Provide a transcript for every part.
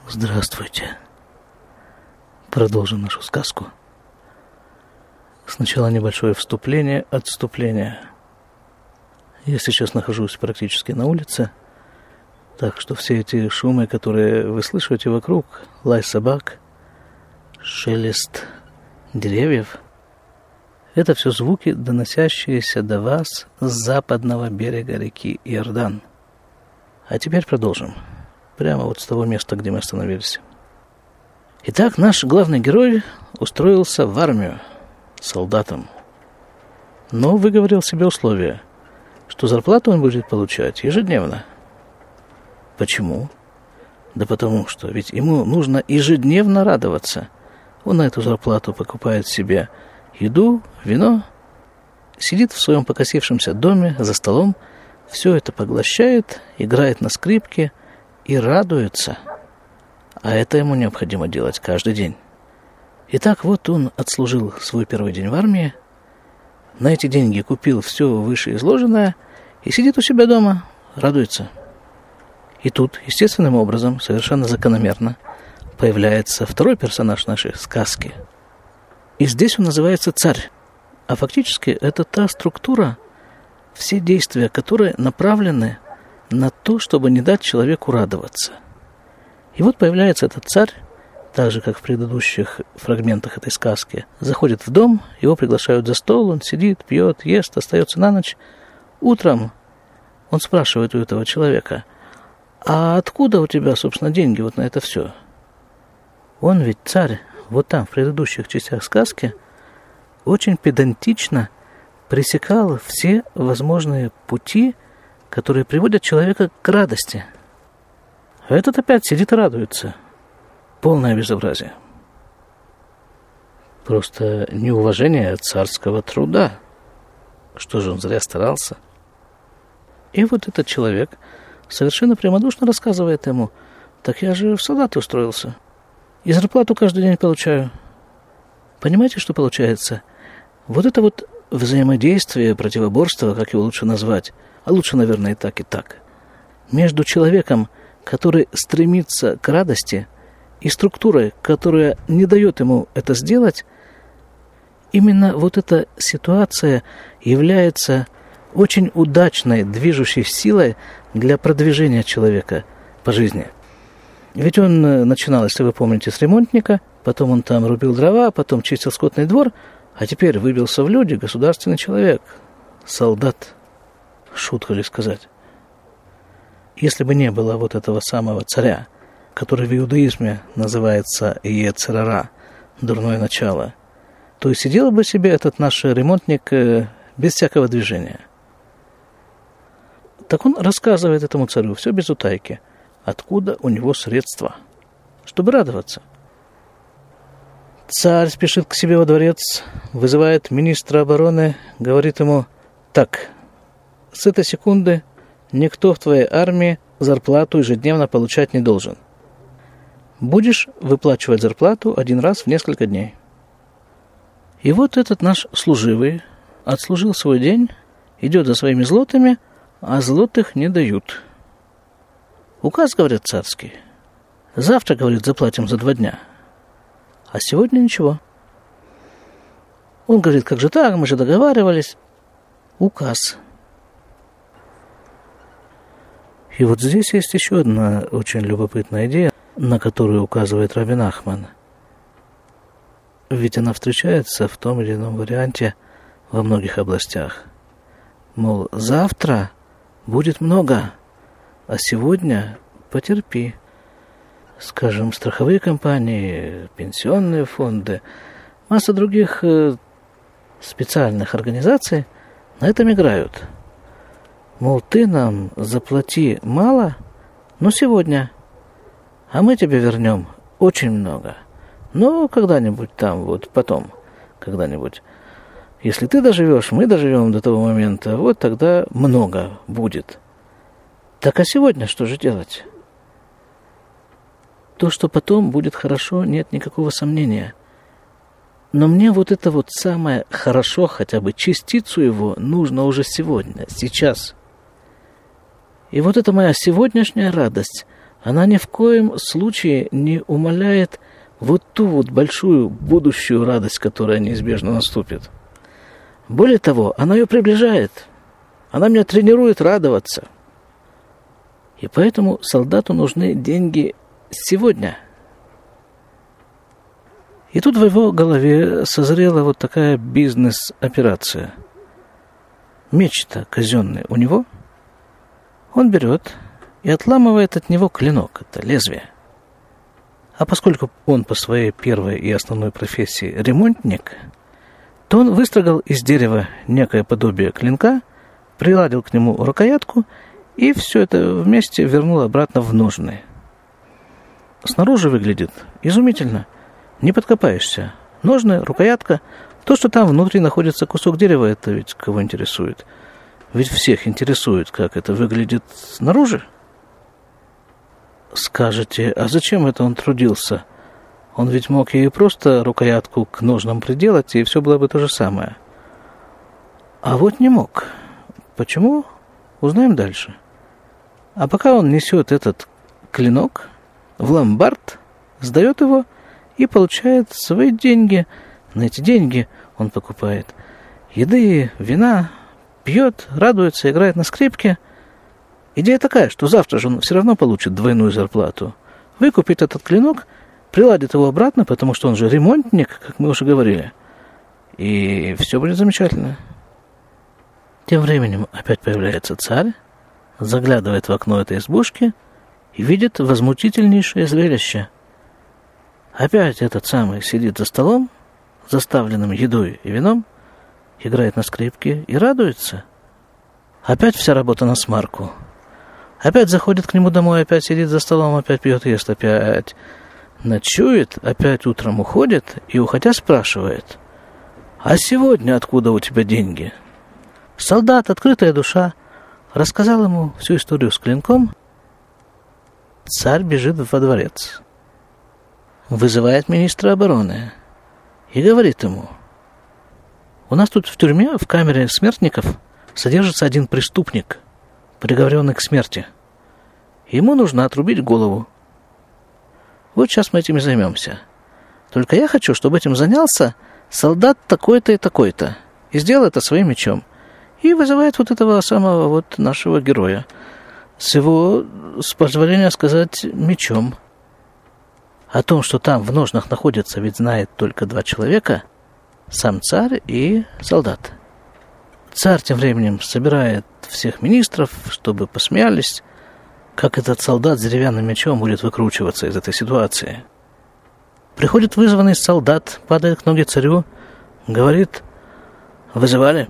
Здравствуйте. Продолжим нашу сказку. Сначала небольшое вступление, отступление. Я сейчас нахожусь практически на улице, так что все эти шумы, которые вы слышите вокруг, лай собак, шелест деревьев, это все звуки, доносящиеся до вас с западного берега реки Иордан. А теперь продолжим. Прямо вот с того места, где мы остановились. Итак, наш главный герой устроился в армию солдатом. Но выговорил себе условие, что зарплату он будет получать ежедневно. Почему? Да потому что ведь ему нужно ежедневно радоваться. Он на эту зарплату покупает себе еду, вино, сидит в своем покосившемся доме за столом, все это поглощает, играет на скрипке и радуется. А это ему необходимо делать каждый день. Итак, вот он отслужил свой первый день в армии, на эти деньги купил все вышеизложенное и сидит у себя дома, радуется. И тут, естественным образом, совершенно закономерно, появляется второй персонаж нашей сказки. И здесь он называется царь. А фактически это та структура, все действия, которые направлены на то, чтобы не дать человеку радоваться. И вот появляется этот царь, так же, как в предыдущих фрагментах этой сказки, заходит в дом, его приглашают за стол, он сидит, пьет, ест, остается на ночь. Утром он спрашивает у этого человека: а откуда у тебя, собственно, деньги вот на это все? Он ведь царь, вот там, в предыдущих частях сказки, очень педантично пресекал все возможные пути, которые приводят человека к радости. А этот опять сидит и радуется. Полное безобразие. Просто неуважение царского труда. Что же он зря старался? И вот этот человек совершенно прямодушно рассказывает ему: так я же в солдаты устроился. И зарплату каждый день получаю. Понимаете, что получается? Вот это вот взаимодействие, противоборство, как его лучше назвать, а лучше, наверное, и так, между человеком, который стремится к радости, и структурой, которая не дает ему это сделать, именно вот эта ситуация является очень удачной движущей силой для продвижения человека по жизни. Ведь он начинал, если вы помните, с ремонтника, потом он там рубил дрова, потом чистил скотный двор, а теперь выбился в люди, государственный человек, солдат. Шутка ли сказать? Если бы не было вот этого самого царя, который в иудаизме называется Йецер ара, дурное начало, то и сидел бы себе этот наш ремонтник без всякого движения. Так он рассказывает этому царю, все без утайки, откуда у него средства, чтобы радоваться. Царь спешит к себе во дворец, вызывает министра обороны, говорит ему: так, с этой секунды никто в твоей армии зарплату ежедневно получать не должен. Будешь выплачивать зарплату один раз в несколько дней. И вот этот наш служивый отслужил свой день, идет за своими злотами, а злотых не дают. Указ, говорят, царский. Завтра, говорит, заплатим за 2 дня. А сегодня ничего. Он говорит: как же так, мы же договаривались. Указ. И вот здесь есть еще одна очень любопытная идея, на которую указывает Раби Нахман. Ведь она встречается в том или ином варианте во многих областях. Мол, завтра будет много, а сегодня потерпи. Скажем, страховые компании, пенсионные фонды, масса других специальных организаций на этом играют. Мол, ты нам заплати мало, но сегодня, а мы тебе вернем очень много. Но когда-нибудь там, вот потом, когда-нибудь. Если ты доживешь, мы доживем до того момента, вот тогда много будет. Так а сегодня что же делать? То, что потом будет хорошо, нет никакого сомнения. Но мне вот это вот самое хорошо, хотя бы частицу его, нужно уже сегодня, сейчас. И вот эта моя сегодняшняя радость, она ни в коем случае не умаляет вот ту вот большую будущую радость, которая неизбежно наступит. Более того, она ее приближает. Она меня тренирует радоваться. И поэтому солдату нужны деньги сегодня. И тут в его голове созрела вот такая бизнес-операция. Меч-то казенный у него. Он берет и отламывает от него клинок, это лезвие. А поскольку он по своей первой и основной профессии ремонтник, то он выстрогал из дерева некое подобие клинка, приладил к нему рукоятку и все это вместе вернул обратно в ножны. Снаружи выглядит изумительно, не подкопаешься. Ножны, рукоятка, то, что там внутри находится кусок дерева, это ведь кого интересует? Ведь всех интересует, как это выглядит снаружи. Скажете, а зачем это он трудился? Он ведь мог ей просто рукоятку к ножнам приделать, и все было бы то же самое. А вот не мог. Почему? Узнаем дальше. А пока он несет этот клинок в ломбард, сдает его и получает свои деньги. На эти деньги он покупает еды, вина, пьет, радуется, играет на скрипке. Идея такая, что завтра же он все равно получит двойную зарплату. Выкупит этот клинок, приладит его обратно, потому что он же ремонтник, как мы уже говорили. И все будет замечательно. Тем временем опять появляется царь, заглядывает в окно этой избушки и видит возмутительнейшее зрелище. Опять этот самый сидит за столом, заставленным едой и вином, играет на скрипке и радуется. Опять вся работа на смарку. Опять заходит к нему домой, опять сидит за столом, опять пьет, ест, опять ночует, опять утром уходит и, уходя, спрашивает: «А сегодня откуда у тебя деньги?» Солдат, открытая душа, рассказал ему всю историю с клинком. Царь бежит во дворец, вызывает министра обороны и говорит ему: «У нас тут в тюрьме, в камере смертников, содержится один преступник, приговоренный к смерти. Ему нужно отрубить голову. Вот сейчас мы этим и займемся. Только я хочу, чтобы этим занялся солдат такой-то и такой-то, и сделал это своим мечом». И вызывает вот этого самого вот нашего героя с его, с позволения сказать, мечом. О том, что там в ножнах находится, ведь знает только два человека: сам царь и солдат. Царь тем временем собирает всех министров, чтобы посмеялись, как этот солдат с деревянным мечом будет выкручиваться из этой ситуации. Приходит вызванный солдат, падает к ноге царю, говорит: «Вызывали?»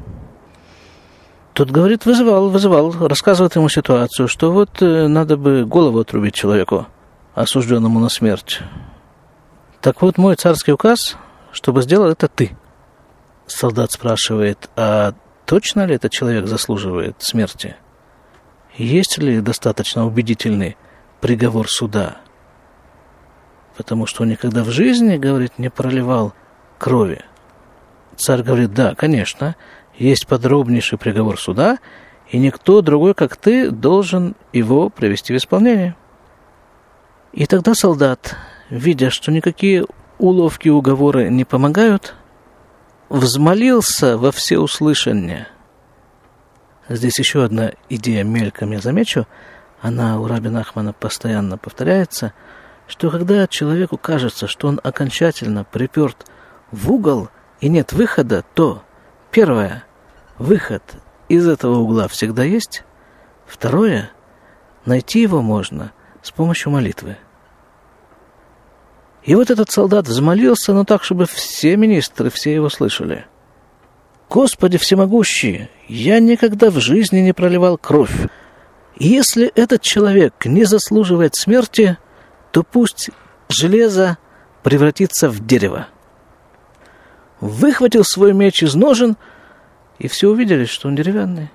Тот говорит: вызывал, рассказывает ему ситуацию, что вот надо бы голову отрубить человеку, осужденному на смерть. Так вот, мой царский указ, чтобы сделал это ты. Солдат спрашивает: а точно ли этот человек заслуживает смерти? Есть ли достаточно убедительный приговор суда? Потому что он никогда в жизни, говорит, не проливал крови. Царь говорит: да, конечно, есть подробнейший приговор суда, и никто другой, как ты, должен его привести в исполнение. И тогда солдат, видя, что никакие уловки и уговоры не помогают, взмолился во всеуслышание. Здесь еще одна идея мельком я замечу, она у Раби Нахмана постоянно повторяется, что когда человеку кажется, что он окончательно приперт в угол и нет выхода, то первое, выход из этого угла всегда есть. Второе, найти его можно с помощью молитвы. И вот этот солдат взмолился, но так, чтобы все министры, все его слышали: «Господи всемогущий, я никогда в жизни не проливал кровь. Если этот человек не заслуживает смерти, то пусть железо превратится в дерево». Выхватил свой меч из ножен, и все увидели, что он деревянный.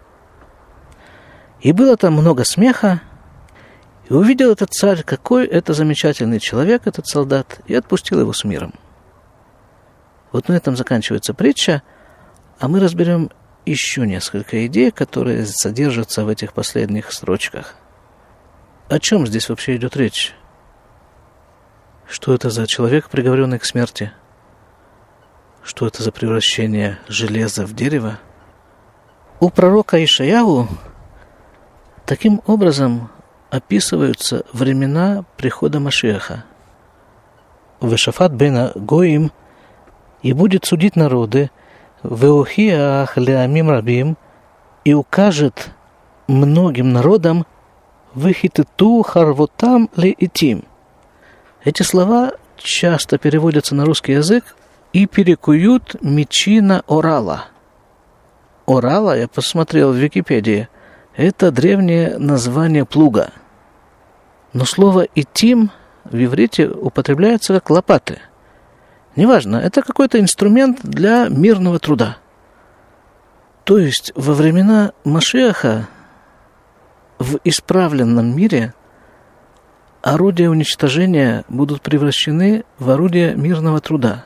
И было там много смеха, и увидел этот царь, какой это замечательный человек, этот солдат, и отпустил его с миром. Вот на этом заканчивается притча, а мы разберем еще несколько идей, которые содержатся в этих последних строчках. о чем здесь вообще идет речь? Что это за человек, приговоренный к смерти? Что это за превращение железа в дерево? У пророка Ишаяху таким образом описываются времена прихода Машиаха. Вешафат бен Гоим, и будет судить народы, веохиах леамим рабим, и укажет многим народам выхитету харвотам леитим. Эти слова часто переводятся на русский язык и перекуют мечи на орала. Орала, я посмотрел в Википедии, это древнее название плуга. Но слово «итим» в иврите употребляется как лопаты. Неважно, это какой-то инструмент для мирного труда. То есть во времена Машиаха в исправленном мире орудия уничтожения будут превращены в орудия мирного труда.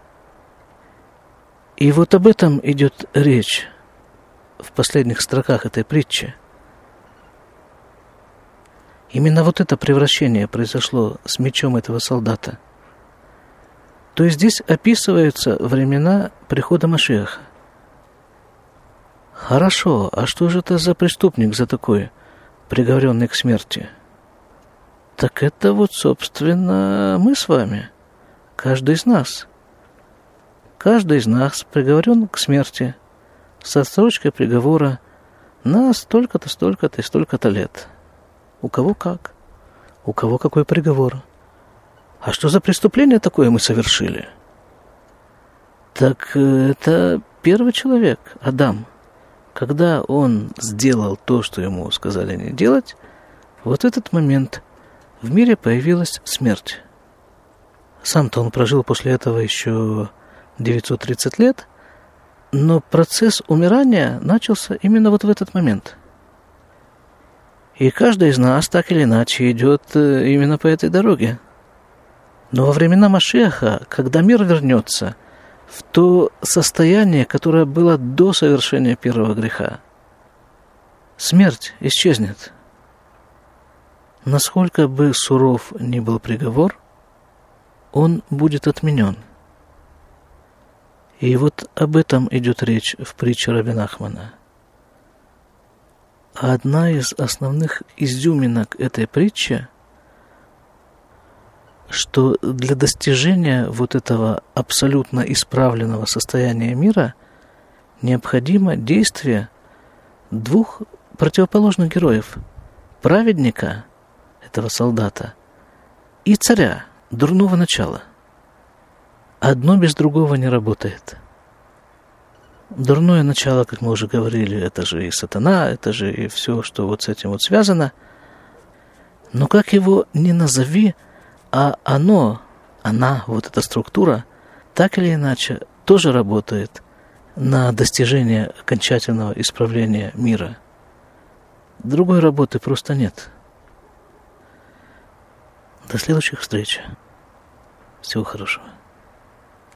И вот об этом идет речь в последних строках этой притчи. Именно вот это превращение произошло с мечом этого солдата. То есть здесь описываются времена прихода Машиаха. Хорошо, а что же это за преступник за такой, приговоренный к смерти? Так это вот, собственно, мы с вами, каждый из нас. Каждый из нас приговорен к смерти с отсрочкой приговора на столько-то, столько-то и столько-то лет. У кого как, у кого какой приговор. А что за преступление такое мы совершили? Так это первый человек, Адам. Когда он сделал то, что ему сказали не делать, вот в этот момент в мире появилась смерть. Сам-то он прожил после этого еще 930 лет, но процесс умирания начался именно вот в этот момент. И каждый из нас так или иначе идет именно по этой дороге. Но во времена Машиаха, когда мир вернется в то состояние, которое было до совершения первого греха, смерть исчезнет. Насколько бы суров ни был приговор, он будет отменен. И вот об этом идет речь в притче Раби Нахмана. Одна из основных изюминок этой притчи, что для достижения вот этого абсолютно исправленного состояния мира необходимо действие двух противоположных героев. Праведника, этого солдата, и царя, дурного начала. Одно без другого не работает. Дурное начало, как мы уже говорили, это же и сатана, это же и все, что вот с этим вот связано. Но как его ни назови, а она, вот эта структура, так или иначе, тоже работает на достижение окончательного исправления мира. Другой работы просто нет. До следующих встреч. Всего хорошего.